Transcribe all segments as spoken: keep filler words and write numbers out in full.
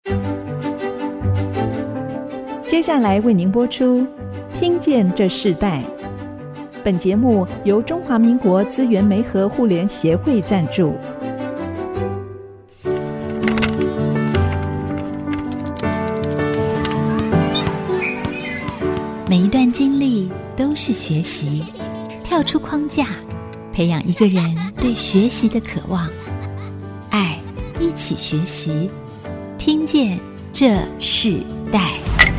接下来为您播出《听见这世代》。本节目由中华民国资源媒和互联协会赞助。 每一段经历都是学习，跳出框架，培养一个人对学习的渴望。爱，一起学习，听见这世代。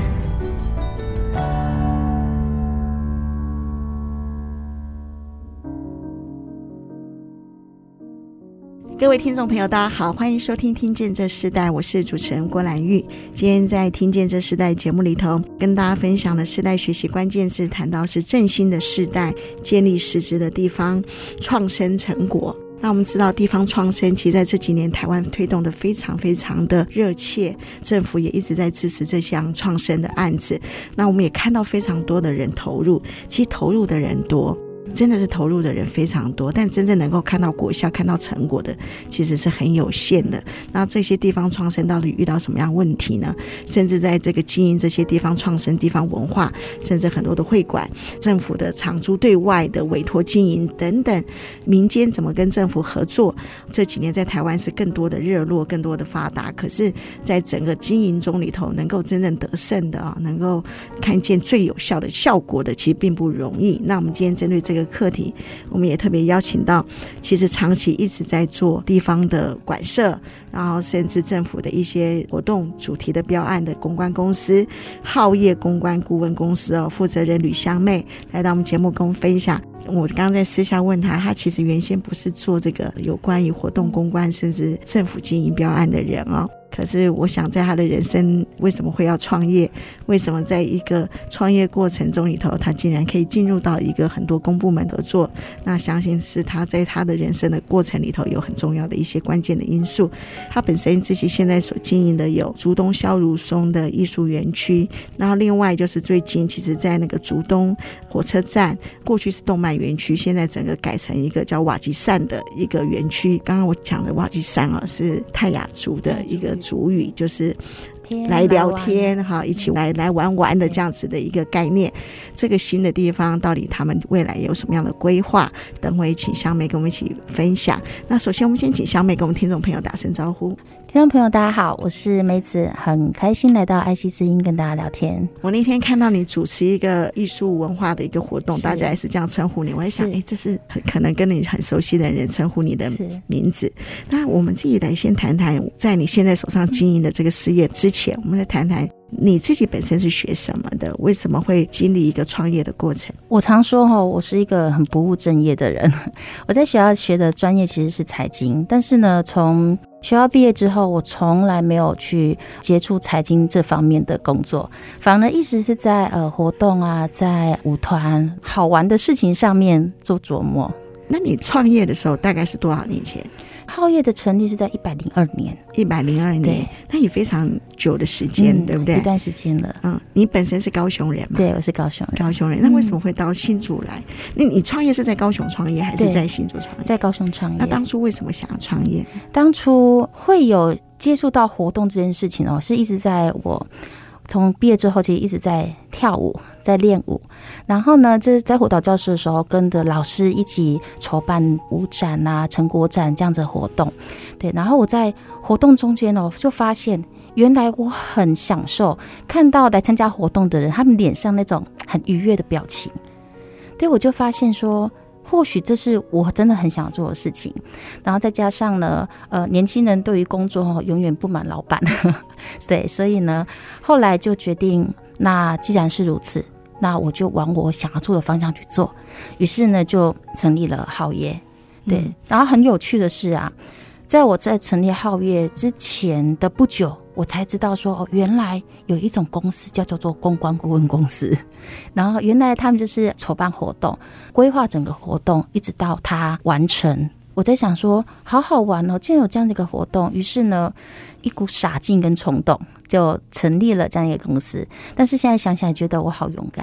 各位听众朋友大家好，欢迎收听听见这世代，我是主持人郭兰玉。今天在听见这世代节目里头跟大家分享的世代学习关键字谈到是振兴的世代，建立实质的地方创生成果。那我们知道地方创生其实在这几年台湾推动的非常非常的热切，政府也一直在支持这项创生的案子。那我们也看到非常多的人投入，其实投入的人多，真的是投入的人非常多，但真正能够看到果效看到成果的其实是很有限的。那这些地方创生到底遇到什么样的问题呢？甚至在这个经营这些地方创生地方文化，甚至很多的会馆，政府的场租对外的委托经营等等，民间怎么跟政府合作，这几年在台湾是更多的热络更多的发达，可是在整个经营中里头能够真正得胜的、啊、能够看见最有效的效果的其实并不容易。那我们今天针对这个课题，我们也特别邀请到其实长期一直在做地方的馆舍，然后甚至政府的一些活动主题的标案的公关公司浩业公关顾问公司、哦、负责人吕香妹来到我们节目跟我们分享。我刚刚在私下问他，他其实原先不是做这个有关于活动公关甚至政府经营标案的人哦，可是我想在他的人生为什么会要创业，为什么在一个创业过程中里头他竟然可以进入到一个很多公部门合作，那相信是他在他的人生的过程里头有很重要的一些关键的因素。他本身自己现在所经营的有竹东萧如松的艺术园区，然后另外就是最近其实在那个竹东火车站过去是动漫园区，现在整个改成一个叫瓦吉善的一个园区。刚刚我讲的瓦吉善、啊、是泰雅族的一个族语，就是来聊天哈，一起来来玩玩的这样子的一个概念。这个新的地方到底他们未来有什么样的规划，等会请香妹跟我们一起分享。那首先我们先请香妹跟我们听众朋友打声招呼。 听众朋友大家好，我是梅子，很开心来到爱惜之音跟大家聊天。 我那天看到你主持一个艺术文化的一个活动，大家也是这样称呼你，我在想哎，这是很可能跟你很熟悉的人称呼你的名字。那我们自己来先谈谈在你现在手上经营的这个事业之前，我们来谈谈你自己本身是学什么的，为什么会经历一个创业的过程？ 我常说我是一个很不务正业的人，我在学校学的专业其实是财经，但是呢从学校毕业之后我从来没有去接触财经这方面的工作，反而一直是在呃活动啊，在舞团好玩的事情上面做琢磨。 那你创业的时候大概是多少年前？ 浩业的成立是在一百零二年， 一百零二年，那也非常久的时间、嗯、对不对？ 一段时间了。嗯， 你本身是高雄人吗？ 对，我是高雄人。 高雄人，那为什么会到新竹来？那、嗯、你创业是在高雄创业还是在新竹创业？ 在高雄创业。 那当初为什么想要创业？ 当初会有接触到活动这件事情哦，是一直在我从毕业之后其实一直在跳舞，在练舞。然后呢，这在舞蹈教室的时候跟着老师一起筹办舞展啊、成果展这样子的活动。对，然后我在活动中间呢，就发现原来我很享受看到来参加活动的人他们脸上那种很愉悦的表情。对，我就发现说或许这是我真的很想做的事情。然后再加上呢呃，年轻人对于工作永远不满老板对，所以呢后来就决定，那既然是如此，那我就往我想要做的方向去做。于是呢就成立了浩业。对、嗯、然后很有趣的是啊，在我在成立浩业之前的不久，我才知道说、哦、原来有一种公司叫做公关顾问公司，然后原来他们就是筹办活动，规划整个活动一直到它完成。我在想说好好玩哦，竟然有这样的一个活动，于是呢一股傻劲跟冲动就成立了这样一个公司。但是现在想想觉得我好勇敢。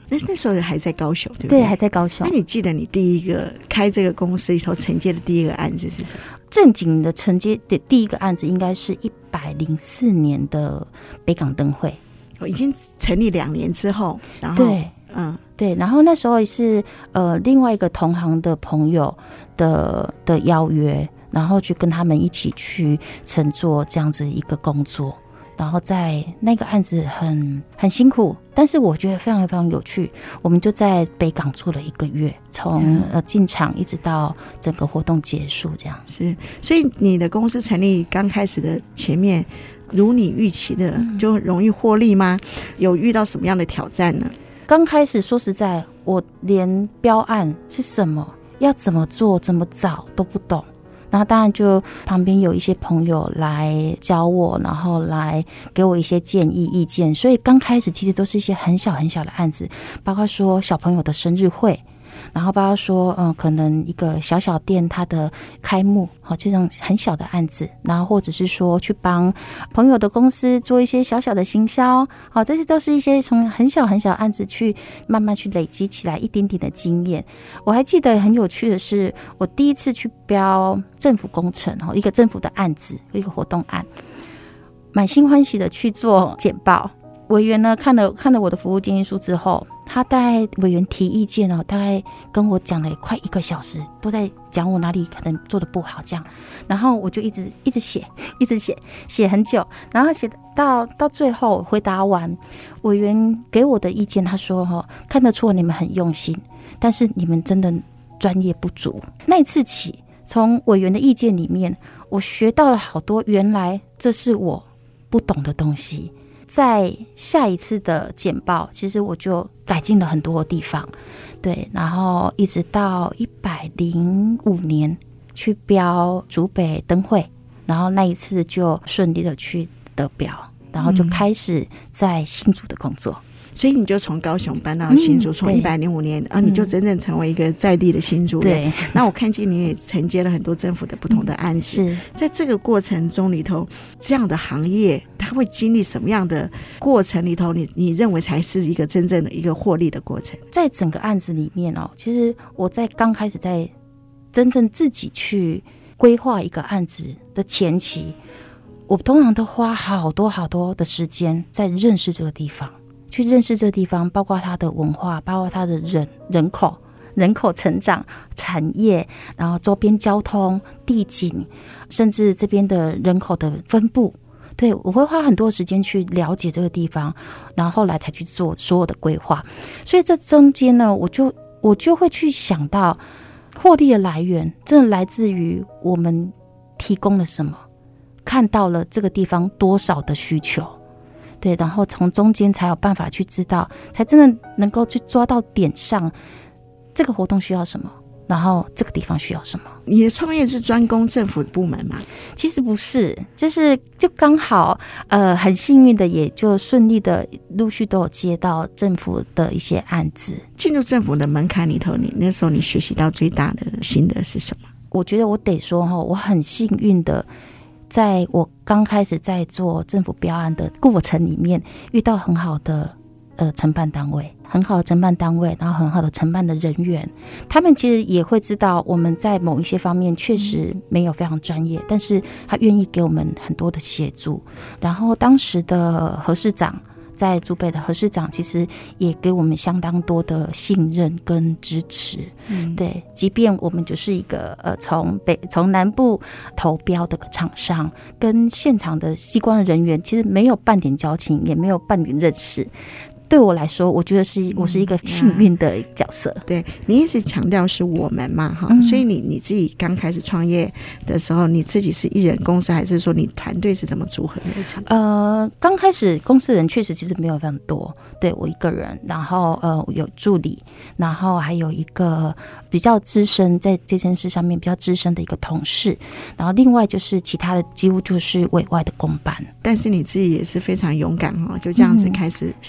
那那时候还在高雄，对不对？ 对，还在高雄。 那你记得你第一个开这个公司里头承接的第一个案子是什么？ 正经的承接的第一个案子应该是一百零四年的北港灯会， 我已经成立两年之后，然后对， 嗯， 对，然后那时候是呃另外一个同行的朋友的的邀约，然后去跟他们一起去承做这样子一个工作。然后在那个案子很很辛苦，但是我觉得非常非常有趣。我们就在北港做了一个月，从、嗯、呃进场一直到整个活动结束，这样是。所以你的公司成立刚开始的前面，如你预期的就容易获利吗？有遇到什么样的挑战呢？ 刚开始说实在，我连标案是什么、要怎么做、怎么找都不懂。然后当然就旁边有一些朋友来教我，然后来给我一些建议意见，所以刚开始其实都是一些很小很小的案子，包括说小朋友的生日会，然后包括说嗯，可能一个小小店它的开幕，好，这种很小的案子，然后或者是说去帮朋友的公司做一些小小的行销，好，这些都是一些从很小很小的案子去慢慢去累积起来一点点的经验。我还记得很有趣的是，我第一次去标政府工程，一个政府的案子，一个活动案，满心欢喜的去做简报。委员呢看了看了我的服务建议书之后，他大概委员提意见哦，大概跟我讲了快一个小时，都在讲我哪里可能做的不好这样，然后我就一直一直写，一直写，写很久，然后写到到最后回答完，委员给我的意见，他说哈、哦，看得出你们很用心，但是你们真的专业不足。那一次起，从委员的意见里面，我学到了好多，原来这是我不懂的东西。在下一次的简报，其实我就改进了很多地方，对，然后一直到一百零五年去标竹北灯会，然后那一次就顺利的去得标，然后就开始在新竹的工作。嗯， 所以你就从高雄搬到新竹，从一百零五年啊，你就真正成为一个在地的新竹人。对，那我看见你也承接了很多政府的不同的案子。嗯，是在这个过程中里头，这样的行业它会经历什么样的过程里头？你你认为才是一个真正的一个获利的过程？ 在整个案子里面哦，其实我在刚开始在真正自己去规划一个案子的前期，我通常都花好多好多的时间在认识这个地方。去认识这个地方，包括它的文化，包括它的人人口、人口成长、产业，然后周边交通、地景，甚至这边的人口的分布。对，我会花很多时间去了解这个地方，然后后来才去做所有的规划。所以这中间呢，我就我就会去想到获利的来源，真的来自于我们提供了什么，看到了这个地方多少的需求。对，然后从中间才有办法去知道，才真的能够去抓到点上，这个活动需要什么，然后这个地方需要什么。 你的创业是专攻政府部门吗？ 其实不是，就是就刚好呃很幸运的，也就顺利的陆续都有接到政府的一些案子。 进入政府的门槛里头，你那时候你学习到最大的心得是什么？ 我觉得我得说哈，我很幸运的。在我刚开始在做政府标案的过程里面，遇到很好的呃承办单位，很好的承办单位，然后很好的承办的人员，他们其实也会知道我们在某一些方面确实没有非常专业，但是他愿意给我们很多的协助。然后当时的何市长，在竹北的何市长其实也给我们相当多的信任跟支持。嗯，对，即便我们就是一个呃从北从南部投标的厂商，跟现场的机关的人员其实没有半点交情，也没有半点认识。对我来说，我觉得是我是一个幸运的角色。嗯啊、 对，你一直强调是我们嘛，哈、嗯，所以你你自己刚开始创业的时候，你自己是一人公司，还是说你团队是怎么组合的？ 呃，刚开始公司人确实其实没有非常多，对我一个人，然后呃有助理，然后还有一个比较资深在这件事上面比较资深的一个同事，然后另外就是其他的几乎就是委外的公办。 但是你自己也是非常勇敢哈，就这样子开始创业。嗯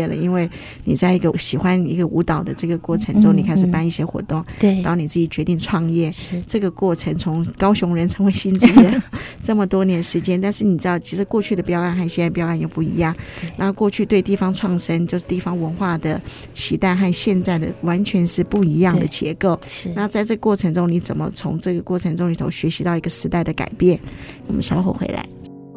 业了，因为你在一个喜欢一个舞蹈的这个过程中，嗯、你开始办一些活动，对，然后你自己决定创业，是这个过程从高雄人成为新竹人这么多年时间，但是你知道，其实过去的标案和现在标案又不一样，然后过去对地方创生就是地方文化的期待和现在的完全是不一样的结构。那在这个过程中，你怎么从这个过程中里头学习到一个时代的改变？我们稍后回来。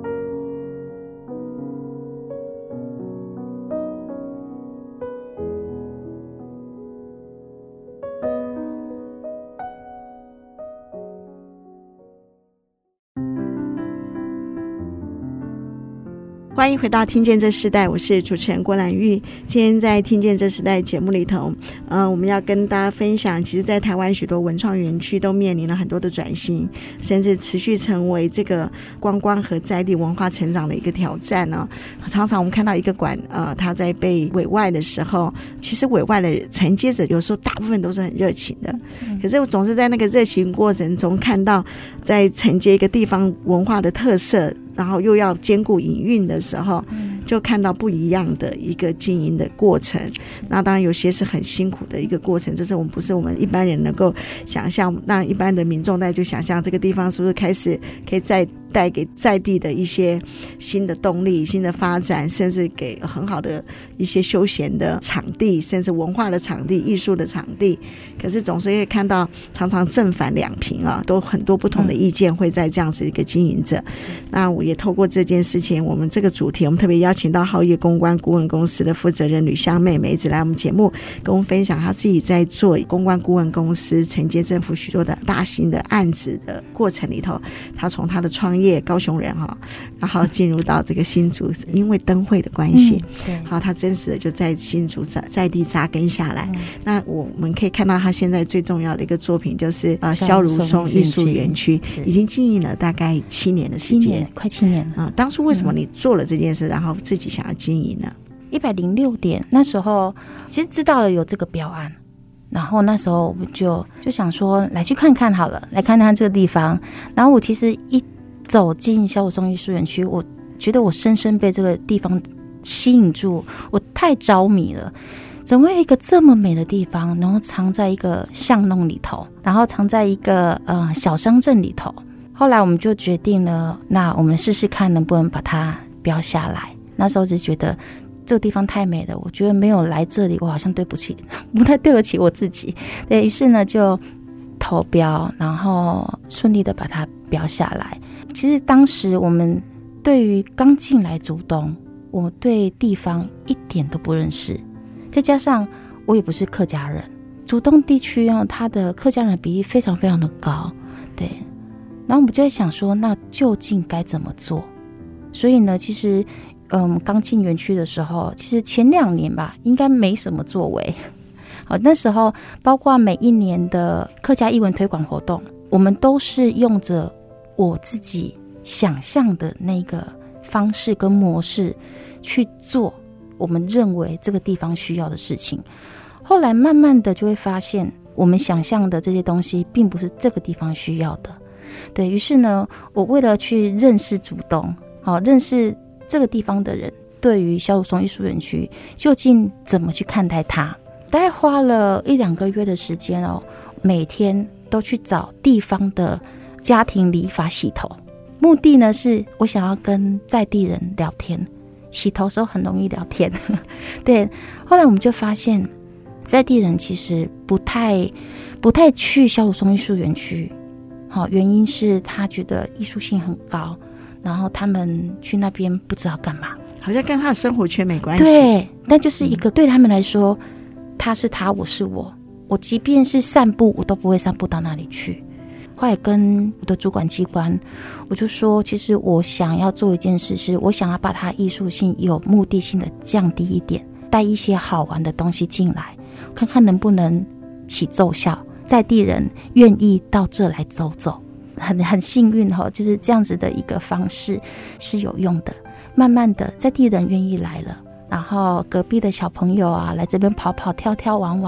欢迎回到听见这时代，我是主持人郭兰玉。今天在听见这时代节目里头，呃，我们要跟大家分享，其实在台湾许多文创园区都面临了很多的转型，甚至持续成为这个观光和在地文化成长的一个挑战呢、哦。常常我们看到一个馆，呃，它在被委外的时候，其实委外的承接者有时候大部分都是很热情的，可是我总是在那个热情过程中看到，在承接一个地方文化的特色，然后又要兼顾营运的时候，就看到不一样的一个经营的过程。那当然有些是很辛苦的一个过程，这是我们不是我们一般人能够想象，让一般的民众在就想象这个地方是不是开始可以再带给在地的一些新的动力、新的发展，甚至给很好的一些休闲的场地，甚至文化的场地、艺术的场地。可是总是会看到常常正反两平啊，都很多不同的意见会在这样子一个经营者。那我也透过这件事情，我们这个主题，我们特别邀请到浩业公关顾问公司的负责人吕香妹妹一直来我们节目，跟我们分享她自己在做公关顾问公司承接政府许多的大型的案子的过程里头，她从她的创业高雄人哈，然后进入到这个新竹，因为灯会的关系，嗯，好，她真实的就在新竹在在地扎根下来。嗯，那我们可以看到她现在最重要的一个作品就是呃萧如松艺术园区，已经经营了大概七年的时间， 快七年了。 嗯，当初为什么你做了这件事，然后自己想要经营呢？ 一百零六点那时候其实知道了有这个标案，然后那时候我就就想说来去看看好了，来看看这个地方。然后我其实一走进萧如松艺术园区，我觉得我深深被这个地方吸引住，我太着迷了。怎么会有一个这么美的地方，然后藏在一个巷弄里头，然后藏在一个呃小乡镇里头？后来我们就决定了，那我们试试看能不能把它标下来。那时候只觉得这个地方太美了，我觉得没有来这里，我好像对不起，不太对得起我自己。对，于是呢就投标，然后顺利的把它标下来。其实当时我们对于刚进来竹东，我对地方一点都不认识，再加上我也不是客家人，竹东地区它的客家人的比例非常非常的高，对。然后我们就在想说，那究竟该怎么做？所以呢，其实，嗯，刚进园区的时候，其实前两年吧，应该没什么作为。好，那时候包括每一年的客家艺文推广活动，我们都是用着我自己想象的那个方式跟模式去做我们认为这个地方需要的事情。后来慢慢的就会发现，我们想象的这些东西，并不是这个地方需要的。对，于是呢，我为了去认识竹东，好认识这个地方的人，对于萧如松艺术园区究竟怎么去看待它，大概花了一两个月的时间哦，每天都去找地方的家庭理发洗头，目的呢是我想要跟在地人聊天，洗头的时候很容易聊天。对，后来我们就发现，在地人其实不太不太去萧如松艺术园区。好，原因是他觉得艺术性很高，然后他们去那边不知道干嘛， 好像跟他的生活圈没关系。 对，但就是一个、嗯、对他们来说，他是他，我是我，我即便是散步，我都不会散步到那里去。后来跟我的主管机关，我就说，其实我想要做一件事，是我想要把它艺术性有目的性的降低一点，带一些好玩的东西进来，看看能不能起奏效。在地人愿意到这来走走，很很幸运哈，就是这样子的一个方式是有用的。慢慢的，在地人愿意来了，然后隔壁的小朋友啊，来这边跑跑跳跳玩玩，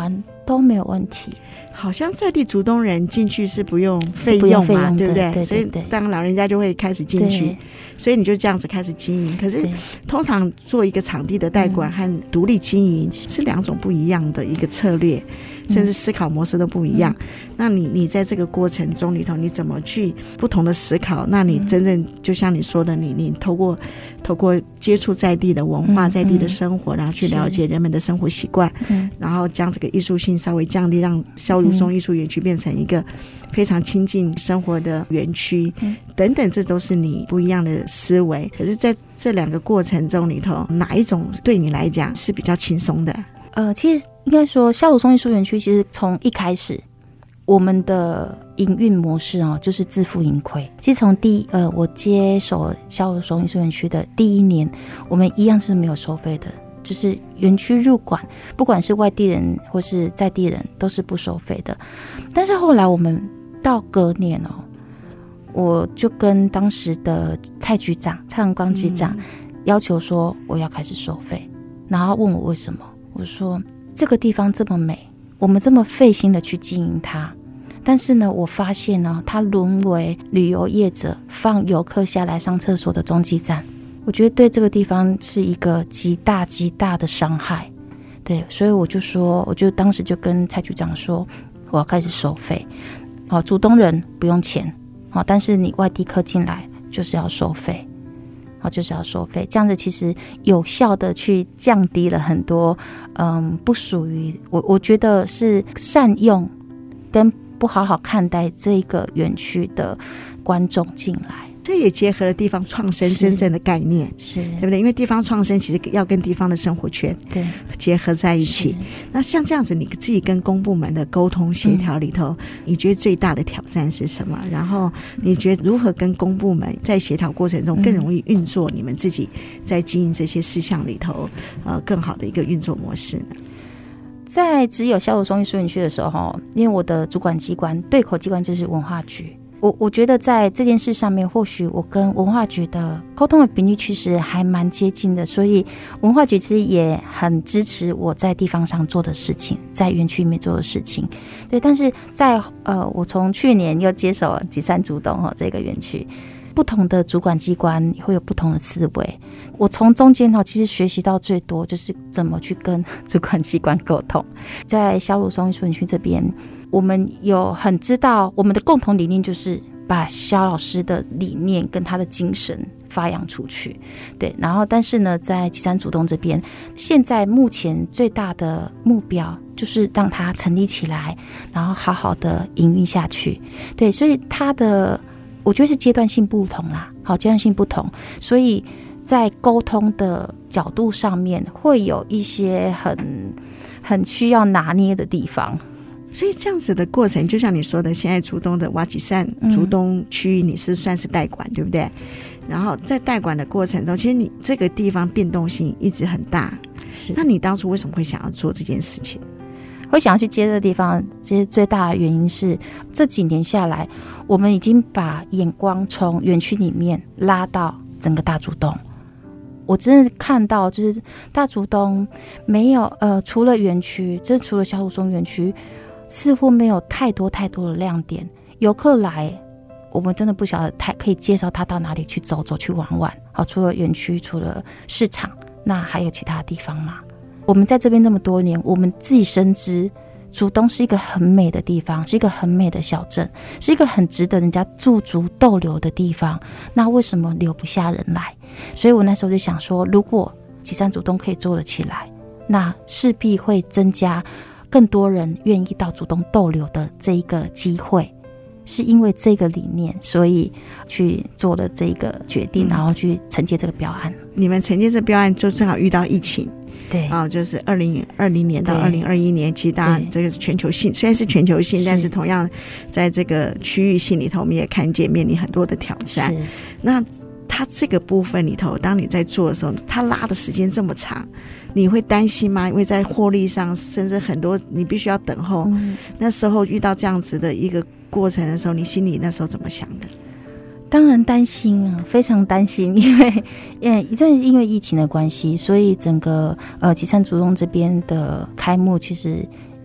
都没有问题。 好像在地竹东人进去是不用费用嘛，对不对？ 对对对， 所以当老人家就会开始进去，所以你就这样子开始经营。可是通常做一个场地的代管和独立经营是两种不一样的一个策略，甚至思考模式都不一样。嗯、那你你在这个过程中里头，你怎么去不同的思考？那你真正就像你说的，你你透过透过接触在地的文化、嗯、在地的生活，然后去了解人们的生活习惯，然后将这个艺术性稍微降低，让萧如松艺术园区变成一个非常亲近生活的园区、嗯、等等，这都是你不一样的思维。可是在这两个过程中里头，哪一种对你来讲是比较轻松的？ 呃，其实应该说萧如松艺术园区其实从一开始我们的营运模式哦，就是自负盈亏。其实从第呃我接手萧如松艺术园区的第一年，我们一样是没有收费的，就是园区入馆，不管是外地人或是在地人都是不收费的。但是后来我们到隔年哦，我就跟当时的蔡局长蔡荣光局长要求说我要开始收费，然后问我为什么，我说这个地方这么美，我们这么费心的去经营它，但是呢我发现呢它沦为旅游业者放游客下来上厕所的中继站，我觉得对这个地方是一个极大极大的伤害。对，所以我就说，我就当时就跟蔡局长说我要开始收费，哦，竹东人不用钱，哦，但是你外地客进来就是要收费，哦，就是要收费，这样子其实有效的去降低了很多嗯不属于我我觉得是善用跟不好好看待这个园区的观众进来。 这也结合了地方创生真正的概念， 是对不对？因为地方创生其实要跟地方的生活圈对结合在一起。那像这样子，你自己跟公部门的沟通协调里头、嗯，你觉得最大的挑战是什么？然后你觉得如何跟公部门在协调过程中更容易运作你们自己在经营这些事项里头，呃，更好的一个运作模式呢？ 在只有萧如松艺术园区的时候，因为我的主管机关对口机关就是文化局。我我觉得在这件事上面，或许我跟文化局的沟通的频率其实还蛮接近的，所以文化局其实也很支持我在地方上做的事情，在园区里面做的事情。对，但是在呃，我从去年又接手吉山竹东哦这个园区，不同的主管机关会有不同的思维。我从中间其实学习到最多就是怎么去跟主管机关沟通。在萧如松艺术园区这边，我们有很知道我们的共同理念就是把萧老师的理念跟他的精神发扬出去。对，然后但是呢，在吉山竹东这边，现在目前最大的目标就是让它成立起来，然后好好的营运下去。对，所以它的我觉得是阶段性不同啦，好，阶段性不同，所以在沟通的角度上面会有一些很很需要拿捏的地方。 所以这样子的过程，就像你说的，现在竹东的瓦吉善竹东区域你是算是代管、嗯、对不对？然后在代管的过程中，其实你这个地方变动性一直很大，是。那你当初为什么会想要做这件事情？ 会想要去接这个地方，其实最大的原因是这几年下来，我们已经把眼光从园区里面拉到整个大竹东。我真的看到，就是大竹东没有呃，除了园区，就是除了萧如松园区，似乎没有太多太多的亮点。游客来，我们真的不晓得太可以介绍他到哪里去走走去玩玩。好，除了园区，除了市场，那还有其他地方吗？我们在这边那么多年，我们自己深知竹东是一个很美的地方，是一个很美的小镇，是一个很值得人家驻足逗留的地方。那为什么留不下人来？所以我那时候就想说，如果吉山竹东可以做得起来，那势必会增加更多人愿意到竹东逗留的这一个机会。是因为这个理念，所以去做了这个决定，然后去承接这个标案。 你们承接这个标案就正好遇到疫情， 对啊、哦，就是二零二零年到二零二一年，其实大家这个是全球性，虽然是全球性，但是同样在这个区域性里头，我们也看见面临很多的挑战。那它这个部分里头，当你在做的时候，它拉的时间这么长，你会担心吗？因为在获利上，甚至很多你必须要等候、嗯、那时候遇到这样子的一个过程的时候，你心里那时候怎么想的？ 当然担心啊，非常担心，因为因为因为疫情的关系，所以整个呃吉山竹东这边的开幕，其实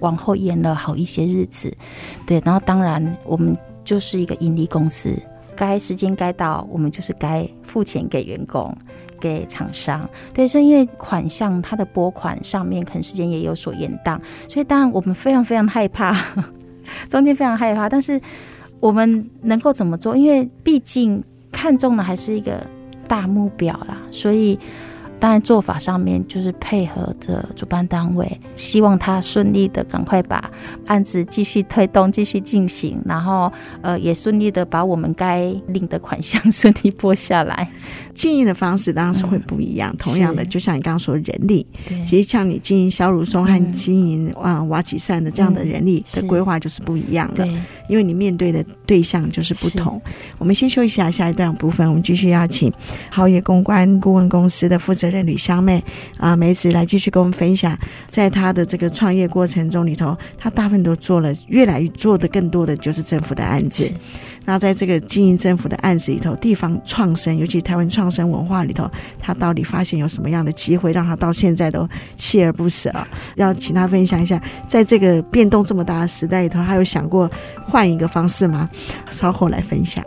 往后延了好一些日子。对，然后当然我们就是一个盈利公司，该时间该到，我们就是该付钱给员工给厂商。对，所以因为款项它的拨款上面可能时间也有所延宕，所以当然我们非常非常害怕中间非常害怕，但是我们能够怎么做？因为毕竟看重的还是一个大目标啦，所以当然做法上面就是配合着主办单位，希望他顺利的赶快把案子继续推动继续进行，然后呃也顺利的把我们该领的款项顺利拨下来。 经营的方式当然是会不一样、嗯、同样的就像你刚刚说人力，其实像你经营小乳松和经营、嗯呃、瓦吉善的这样的人力的规划就是不一样的、嗯、因为你面对的对象就是不同。我们先休息一下，下一段部分我们继续邀请好野公关顾问公司的负责人吕香妹啊、呃、梅子来继续跟我们分享，在她的这个创业过程中里头，她大部分都做了，越来越做的更多的就是政府的案子。那在这个经营政府的案子里头，地方创生，尤其台湾创生文化里头，他到底发现有什么样的机会，让他到现在都锲而不舍、啊、要请他分享一下，在这个变动这么大的时代里头，他有想过换一个方式吗？稍后来分享。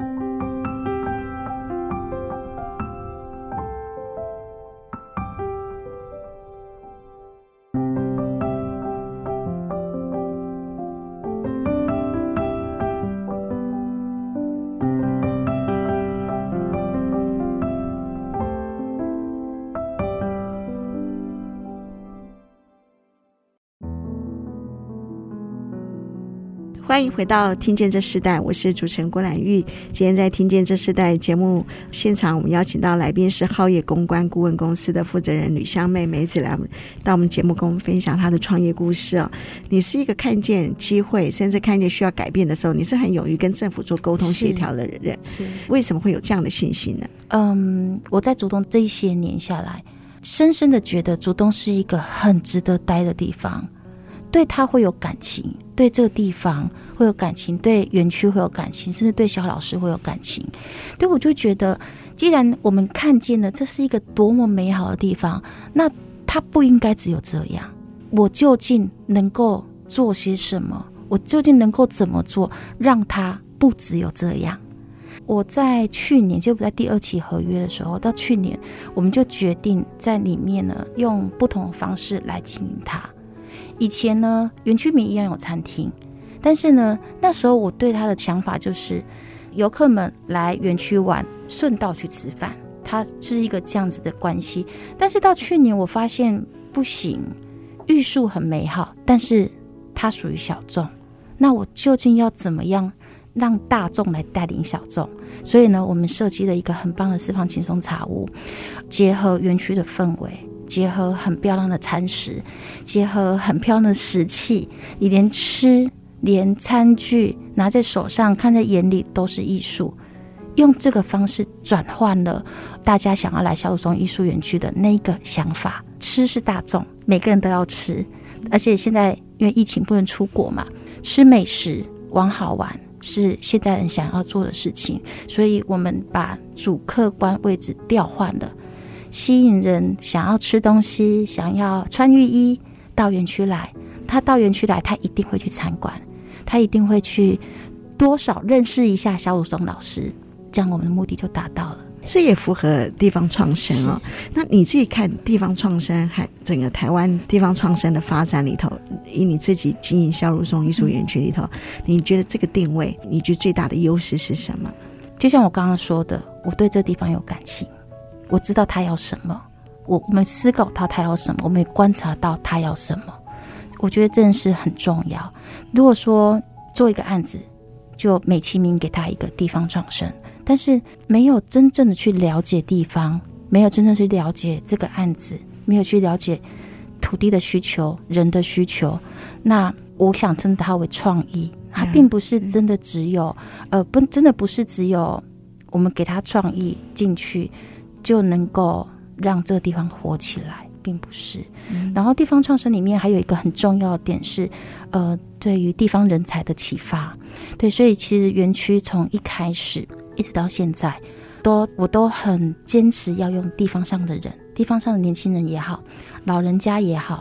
欢迎回到听见这世代，我是主持人郭兰玉。今天在听见这世代节目现场，我们邀请到来宾是好野公关顾问公司的负责人吕香妹梅子来到我们节目跟我们分享她的创业故事哦。你是一个看见机会甚至看见需要改变的时候，你是很勇于跟政府做沟通协调的人，是为什么会有这样的信心呢？ 嗯，我在竹东这一些年下来，深深的觉得竹东是一个很值得待的地方，对他会有感情，对这个地方会有感情，对园区会有感情，甚至对小老师会有感情。对，我就觉得既然我们看见了这是一个多么美好的地方，那它不应该只有这样。我究竟能够做些什么？我究竟能够怎么做让它不只有这样？我在去年就在第二期合约的时候，到去年我们就决定在里面呢用不同的方式来经营它。以前呢，园区民一样有餐厅，但是呢，那时候我对他的想法就是，游客们来园区玩，顺道去吃饭，它是一个这样子的关系。但是到去年，我发现不行，玉树很美好，但是它属于小众。那我究竟要怎么样让大众来带领小众？所以呢，我们设计了一个很棒的四方轻松茶屋，结合园区的氛围。结合很漂亮的餐食，结合很漂亮的食器，你连吃连餐具拿在手上看在眼里都是艺术。用这个方式转换了大家想要来小鲁松艺术园区的那个想法。吃是大众，每个人都要吃，而且现在因为疫情不能出国嘛，吃美食玩好玩是现在人想要做的事情，所以我们把主客观位置调换了，吸引人想要吃东西，想要穿浴衣到园区来。他到园区来，他一定会去参观，他一定会去多少认识一下小鲁松老师，这样我们的目的就达到了。 这也符合地方创生哦。那你自己看地方创生和整个台湾地方创生的发展里头，以你自己经营小鲁松艺术园区里头、嗯、你觉得这个定位你觉得最大的优势是什么？ 就像我刚刚说的，我对这地方有感情，我知道他要什么，我们思考到他要什么，我们也观察到他要什么，我觉得这件事很重要。如果说做一个案子就美其名给他一个地方创生，但是没有真正的去了解地方，没有真正去了解这个案子，没有去了解土地的需求，人的需求，那我想称它为创意，它并不是真的只有呃，不，真的不是只有我们给它创意进去就能够让这个地方活起来，并不是、嗯、然后地方创生里面还有一个很重要的点是呃，对于地方人才的启发。对，所以其实园区从一开始一直到现在都我都很坚持要用地方上的人，地方上的年轻人也好，老人家也好，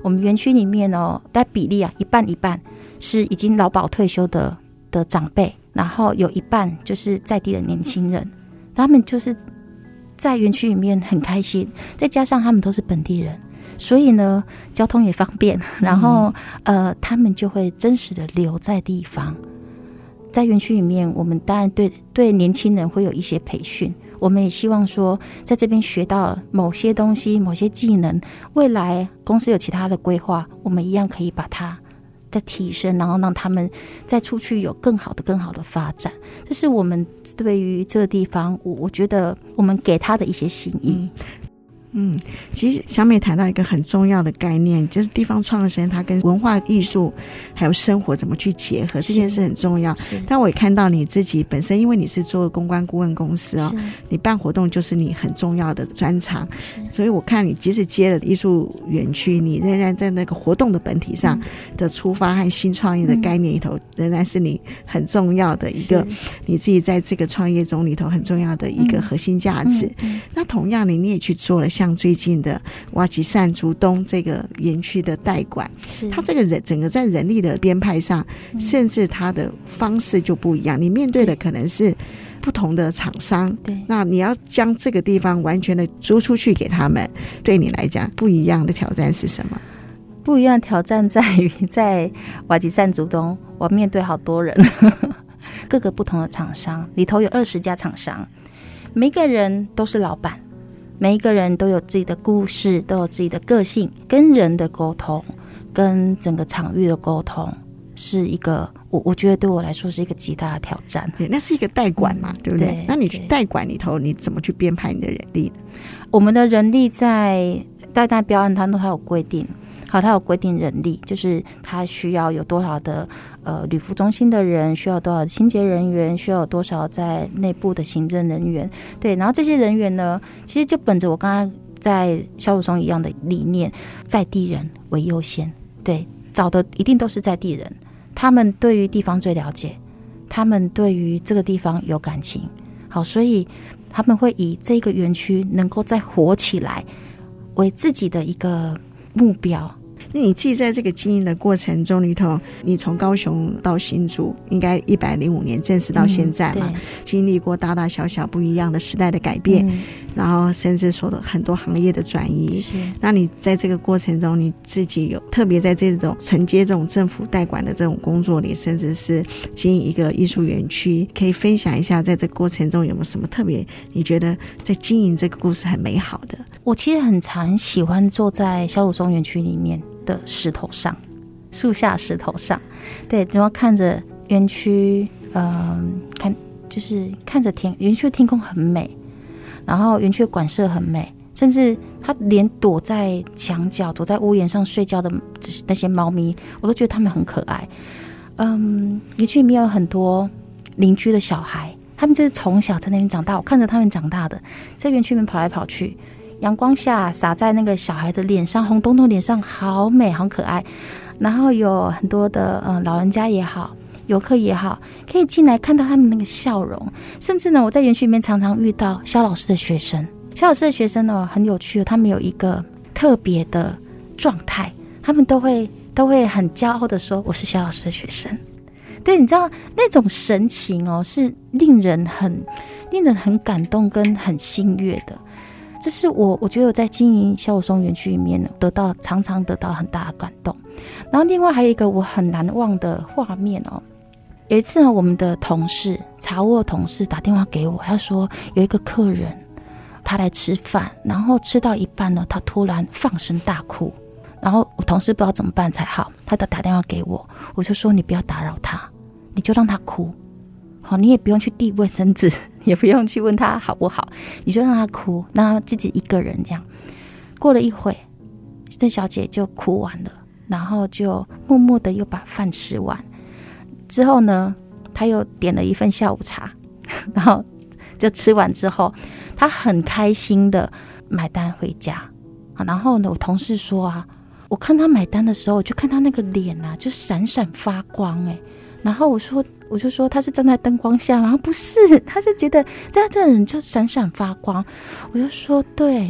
我们园区里面哦，在比例啊，一半一半是已经劳保退休的的长辈，然后有一半就是在地的年轻人，他们就是在园区里面很开心，再加上他们都是本地人，所以呢，交通也方便，然后、嗯、呃，他们就会真实的留在地方。在园区里面，我们当然对对年轻人会有一些培训，我们也希望说，在这边学到某些东西、某些技能，未来公司有其他的规划，我们一样可以把它再提升，然后让他们再出去有更好的、更好的发展。这是我们对于这个地方，我我觉得我们给他的一些心意。 嗯，其实小美谈到一个很重要的概念，就是地方创生它跟文化艺术还有生活怎么去结合，这件事很重要。但我也看到你自己本身，因为你是做公关顾问公司哦，你办活动就是你很重要的专长，所以我看你即使接了艺术园区，你仍然在那个活动的本体上的出发和新创业的概念里头，嗯、仍然是你很重要的一个你自己在这个创业中里头很重要的一个核心价值。嗯嗯、那同样你你也去做了像最近的瓦吉善竹东这个园区的代管，它这个人整个在人力的编派上、嗯、甚至它的方式就不一样，你面对的可能是不同的厂商，对，那你要将这个地方完全的租出去给他们，对你来讲不一样的挑战是什么？ 不一样的挑战在于在瓦吉善竹东我面对好多人各个不同的厂商，里头有二十家厂商，每个人都是老板，每一个人都有自己的故事，都有自己的个性，跟人的沟通跟整个场域的沟通是一个我我觉得对我来说是一个极大的挑战。 对，那是一个代管嘛、嗯、对不对？那你去代管里头你怎么去编排你的人力的？ 我们的人力在代代标案它都有规定，好，它有规定人力，就是它需要有多少的呃旅服中心的人，需要多少的清洁人员，需要有多少在内部的行政人员。对，然后这些人员呢，其实就本着我刚刚在小鲁松一样的理念，在地人为优先。对，找的一定都是在地人，他们对于地方最了解，他们对于这个地方有感情。好，所以他们会以这个园区能够再活起来为自己的一个目标。 那你自己在这个经营的过程中里头，你从高雄到新竹应该一百零五年正式到现在嘛、嗯、经历过大大小小不一样的时代的改变、嗯、然后甚至说了很多行业的转移。那你在这个过程中你自己有特别在这种承接这种政府代管的这种工作里，甚至是经营一个艺术园区，可以分享一下在这个过程中有没有什么特别你觉得在经营这个故事很美好的？ 我其实很常喜欢坐在小鲁松园区里面的石头上，树下石头上，对，然后看着园区，嗯、呃，看就是看着天，园区的天空很美，然后园区的馆舍很美，甚至他连躲在墙角、躲在屋檐上睡觉的那些猫咪，我都觉得他们很可爱。嗯，园区里面有很多邻居的小孩，他们就是从小在那边长大，我看着他们长大的，在园区里面跑来跑去。阳光下洒在那个小孩的脸上，红彤彤脸上好美好可爱。然后有很多的、呃、老人家也好，游客也好，可以进来看到他们那个笑容。甚至呢，我在园区里面常常遇到肖老师的学生，肖老师的学生呢很有趣，他们有一个特别的状态，他们都会都会很骄傲的说我是肖老师的学生。对，你知道那种神情哦，是令人很令人很感动跟很欣悦的。这是我我觉得我在经营小鲁松园区里面得到常常得到很大的感动。然后另外还有一个我很难忘的画面哦，有一次呢，我们的同事茶屋的同事打电话给我，他说有一个客人他来吃饭，然后吃到一半呢，他突然放声大哭，然后我同事不知道怎么办才好，他打电话给我，我就说你不要打扰他，你就让他哭。好，你也不用去递卫生纸，也不用去问他好不好，你就让他哭，让他自己一个人这样。过了一会，这小姐就哭完了，然后就默默的又把饭吃完。之后呢，她又点了一份下午茶，然后就吃完之后，她很开心的买单回家。然后呢，我同事说啊，我看她买单的时候，我就看她那个脸啊，就闪闪发光哎、欸。然后我说，我就说他是站在灯光下吗？不是，他是觉得在这人就闪闪发光。我就说，对，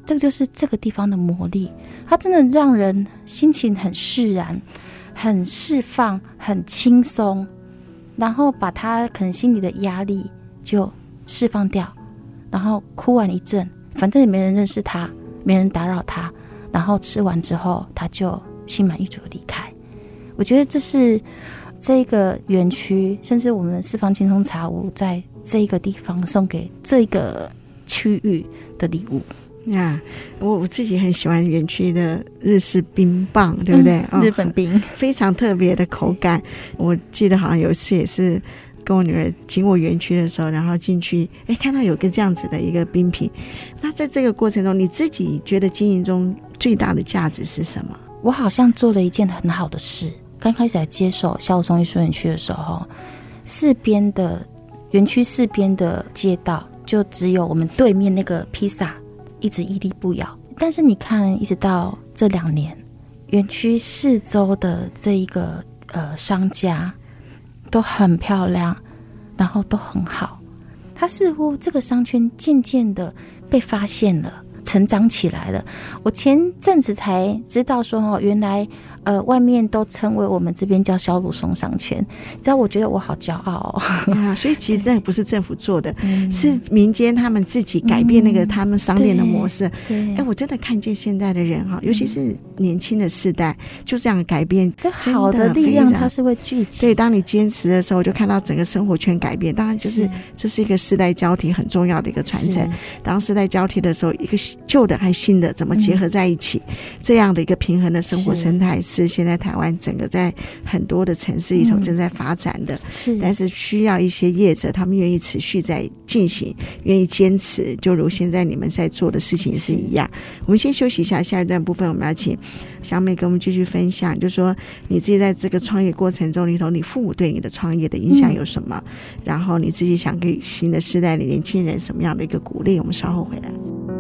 这个就是这个地方的魔力，它真的让人心情很释然，很释放，很轻松，然后把他可能心里的压力就释放掉，然后哭完一阵，反正也没人认识他，没人打扰他，然后吃完之后他就心满意足的离开。我觉得这是这个园区，甚至我们四方轻松茶屋在这个地方送给这个区域的礼物呀、yeah, 我我自己很喜欢园区的日式冰棒，对不对？ 嗯、日本冰、哦、 非常特别的口感。我记得好像有一次也是跟我女儿经过园区的时候，然后进去，哎，看到有个这样子的一个冰品。那在这个过程中，你自己觉得经营中最大的价值是什么？ 我好像做了一件很好的事。刚开始来接手小武松艺术园区的时候，四边的园区四边的街道就只有我们对面那个披萨一直屹立不摇，但是你看一直到这两年，园区四周的这一个呃商家都很漂亮，然后都很好，它似乎这个商圈渐渐的被发现了，成长起来了。我前阵子才知道说哦，原来呃外面都称为我们这边叫小鲁松商圈，你知道我觉得我好骄傲哦、 啊、所以其实那不是政府做的、嗯、是民间他们自己改变那个他们商店的模式。 对， 哎，我真的看见现在的人哈，尤其是年轻的世代就这样改变， 这好的力量它是会聚集。 对，当你坚持的时候，就看到整个生活圈改变。当然就是是这是一个世代交替很重要的一个传承。当世代交替的时候，一个旧的和新的怎么结合在一起、嗯、这样的一个平衡的生活生态是现在台湾整个在很多的城市里头正在发展的、嗯、是，但是需要一些业者他们愿意持续在进行，愿意坚持，就如现在你们在做的事情是一样。我们先休息一下，下一段部分我们要请小美跟我们继续分享，就是说你自己在这个创业过程中里头，你父母对你的创业的影响有什么、嗯、然后你自己想给新的世代的年轻人什么样的一个鼓励。我们稍后回来。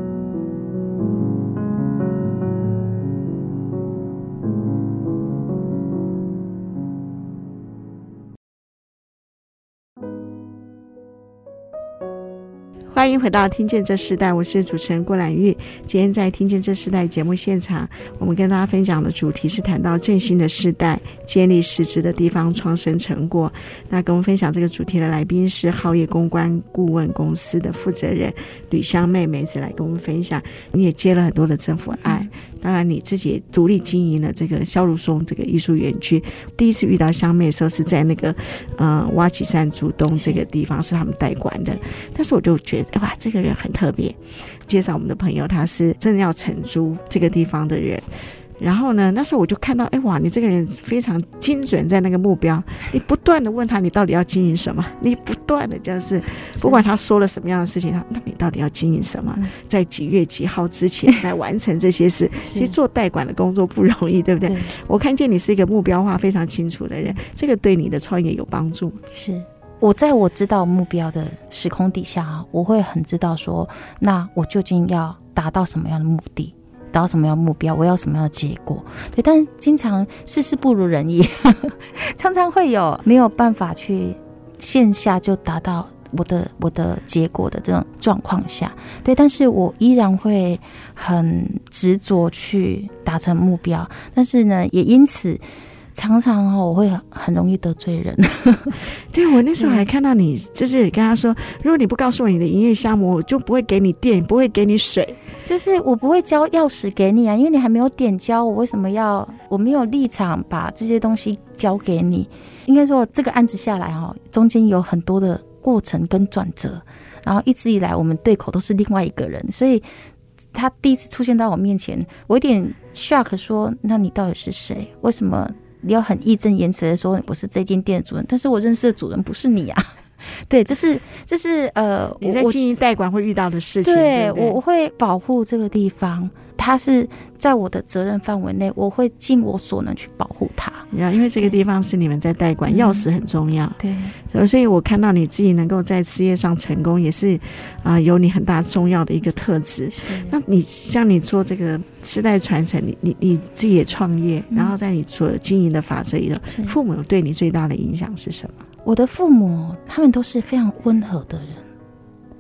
欢迎回到听见这世代，我是主持人郭兰玉。今天在听见这世代节目现场，我们跟大家分享的主题是谈到振兴的世代，建立实质的地方创生成果。那跟我们分享这个主题的来宾是浩业公关顾问公司的负责人吕香妹妹子，来跟我们分享。你也接了很多的政府案，当然你自己也独立经营了这个萧如松这个艺术园区。第一次遇到香妹的时候是在那个呃挖起山竹东这个地方，是他们代管的。但是我就觉得哇，这个人很特别。介绍我们的朋友，他是真的要承租这个地方的人。然后呢，那时候我就看到，哎哇，你这个人非常精准在那个目标，你不断的问他你到底要经营什么，你不断的就是不管他说了什么样的事情，那你到底要经营什么，在几月几号之前来完成这些事。其实做代管的工作不容易，对不对？对，我看见你是一个目标化非常清楚的人，这个对你的创业有帮助。 是，我在我知道目标的时空底下，我会很知道说，那我究竟要达到什么样的目的，达到什么样的目标，我要什么样的结果。对，但是经常事事不如人意常常会有没有办法去线下就达到我的我的结果的这种状况下，对，但是我依然会很执着去达成目标，但是呢，也因此常常我会很容易得罪人对，我那时候还看到你就是跟他说，如果你不告诉我你的营业项目，我就不会给你电，不会给你水， 就是我不会交钥匙给你啊，因为你还没有点交，我为什么要，我没有立场把这些东西交给你。应该说这个案子下来中间有很多的过程跟转折，然后一直以来我们对口都是另外一个人，所以他第一次出现到我面前，我有点 shock 说，那你到底是谁？为什么你要很义正言辞的说我是这间店的主人，但是我认识的主人不是你啊。对，这是这是呃你在经营代管会遇到的事情。对， 对对，我我会保护这个地方，它是在我的责任范围内，我会尽我所能去保护它。 因为这个地方是你们在代管，钥匙很重要。 对， 所以我看到你自己能够在事业上成功，也是啊、呃、有你很大重要的一个特质。那你像你做这个世代传承，你你你自己也创业，然后在你所经营的法则里头，父母对你最大的影响是什么？ 我的父母他们都是非常温和的人，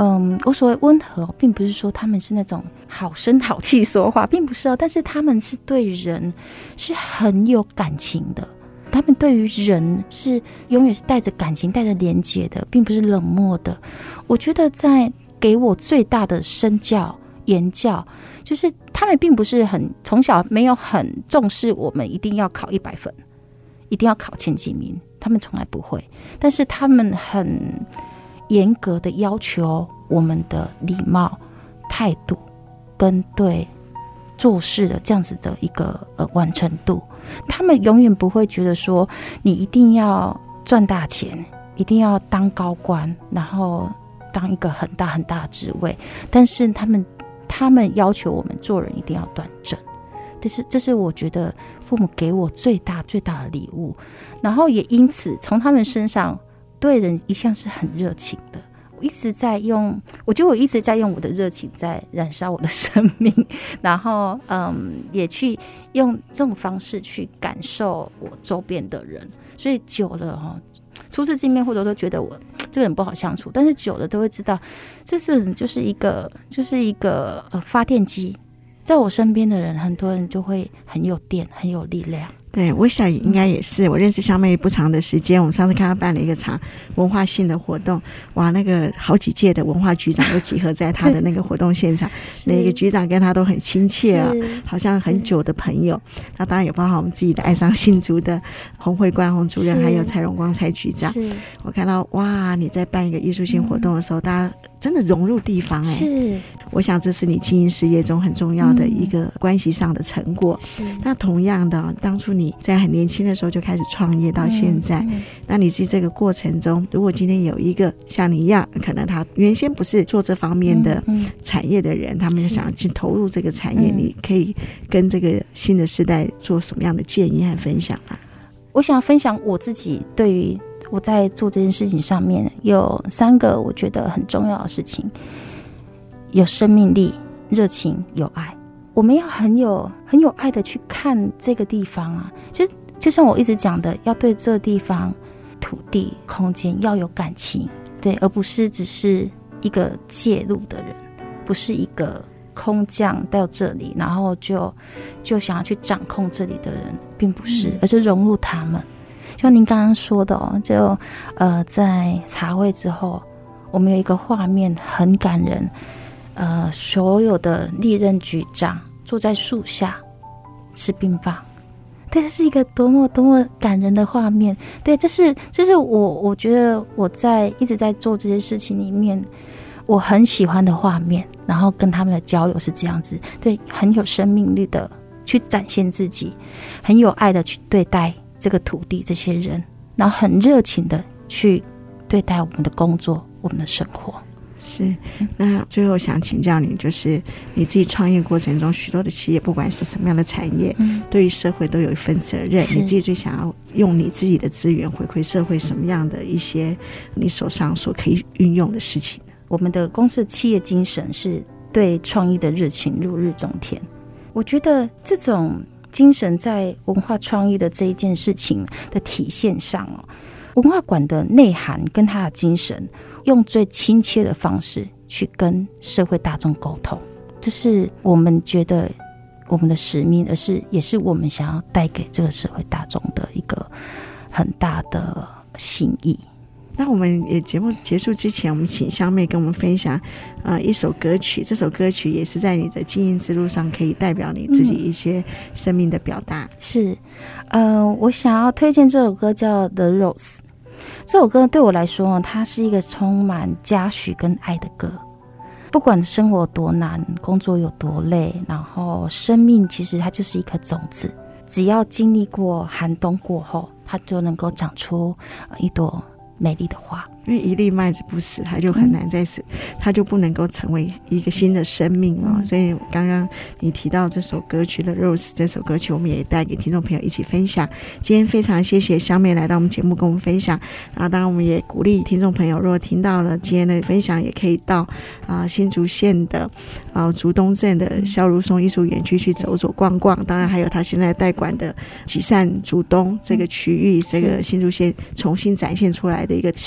嗯，我所谓温和，并不是说他们是那种好声好气说话，并不是哦，但是他们是对人是很有感情的，他们对于人是永远是带着感情、带着连结的，并不是冷漠的。我觉得在给我最大的身教、言教，就是他们并不是很从小没有很重视我们一定要考一百分，一定要考前几名，他们从来不会，但是他们很严格的要求我们的礼貌、态度跟对做事的这样子的一个呃完成度。他们永远不会觉得说你一定要赚大钱，一定要当高官，然后当一个很大很大的职位，但是他们他们要求我们做人一定要端正。这是这是我觉得父母给我最大最大的礼物，然后也因此从他们身上对人一向是很热情的。我一直在用，我觉得我一直在用我的热情在燃烧我的生命，然后嗯，也去用这种方式去感受我周边的人。所以久了哈，初次见面或者都觉得我这个人不好相处，但是久了都会知道，这是就是一个就是一个呃发电机。在我身边的人，很多人就会很有电，很有力量。 对，我想应该也是。我认识香妹不长的时间，我们上次看她办了一个场文化性的活动，哇，那个好几届的文化局长都集合在她的那个活动现场，每个局长跟她都很亲切啊，好像很久的朋友。那当然也包含我们自己的爱上新竹的洪慧冠洪主任，还有蔡荣光蔡局长。我看到哇，你在办一个艺术性活动的时候，嗯、大家真的融入地方哎、欸，是。我想这是你经营事业中很重要的一个关系上的成果。嗯、那同样的，当初你在很年轻的时候就开始创业到现在，嗯嗯、那你在这个过程中，如果今天有一个像你一样，可能他原先不是做这方面的产业的人，嗯嗯、他们想去投入这个产业，你可以跟这个新的世代做什么样的建议和分享吗？ 我想分享我自己对于我在做这件事情上面有三个我觉得很重要的事情：有生命力、热情、有爱。我们要很有很有爱的去看这个地方啊，就就像我一直讲的，要对这个地方、土地、空间要有感情，对，而不是只是一个介入的人，不是一个空降到这里，然后就就想要去掌控这里的人，并不是，而是融入他们。就像您刚刚说的哦，就呃，在茶会之后，我们有一个画面很感人。呃，所有的历任局长坐在树下吃冰棒，对，这是一个多么多么感人的画面。对，这是这是我我觉得我在一直在做这些事情里面，我很喜欢的画面。然后跟他们的交流是这样子，对，很有生命力的去展现自己，很有爱的去对待这个土地这些人，然后很热情的去对待我们的工作，我们的生活。 是，那最后想请教你，就是你自己创业过程中，许多的企业不管是什么样的产业，嗯、对于社会都有一份责任。你自己最想要用你自己的资源回馈社会什么样的一些你手上所可以运用的事情呢？ 我们的公司企业精神是对创意的热情如日中天。我觉得这种精神在文化创意的这一件事情的体现上哦，文化馆的内涵跟它的精神，用最亲切的方式去跟社会大众沟通，这是我们觉得我们的使命，而是也是我们想要带给这个社会大众的一个很大的心意。 那我们也节目结束之前，我们请香妹跟我们分享呃一首歌曲，这首歌曲也是在你的经营之路上可以代表你自己一些生命的表达。嗯、是呃，我想要推荐这首歌叫 The Rose。这首歌对我来说，它是一个充满嘉许跟爱的歌。不管生活多难，工作有多累，然后生命其实它就是一颗种子，只要经历过寒冬过后，它就能够长出一朵美丽的花。因为一粒麦子不死，它就很难再死，嗯、它就不能够成为一个新的生命哦。嗯、所以刚刚你提到这首歌曲的 Rose 这首歌曲，我们也带给听众朋友一起分享。今天非常谢谢香妹来到我们节目跟我们分享。然后当然我们也鼓励听众朋友，如果听到了今天的分享，也可以到啊、呃、新竹县的啊、呃、竹东镇的萧如松艺术园区去走走逛逛。当然还有他现在代管的集善竹东这个区域，这个新竹县重新展现出来的一个创生的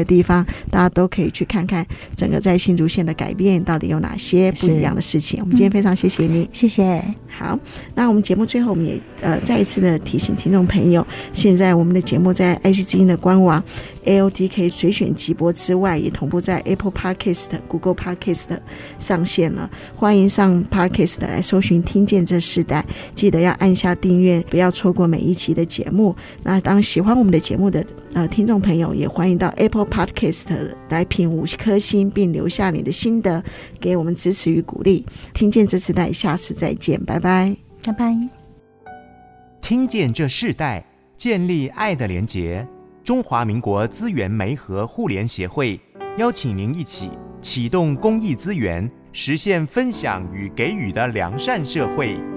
的地方，大家都可以去看看整个在新竹县的改变到底有哪些不一样的事情。我们今天非常谢谢你， 嗯、谢谢。 好，那我们节目最后我们也呃再一次的提醒听众朋友，现在我们的节目在爱惜之音的官网 A O D 可以随选即播之外，也同步在 Apple Podcast、Google Podcast 上线了。欢迎上 Podcast 来搜寻听见这世代，记得要按下订阅，不要错过每一集的节目。那当喜欢我们的节目的呃听众朋友，也欢迎到 Apple Podcast 来评五颗星，并留下你的心得，给我们支持与鼓励。听见这世代，下次再见，拜拜， 拜拜。 听见这世代，建立爱的连结。中华民国资源媒合互联协会邀请您一起启动公益资源，实现分享与给予的良善社会。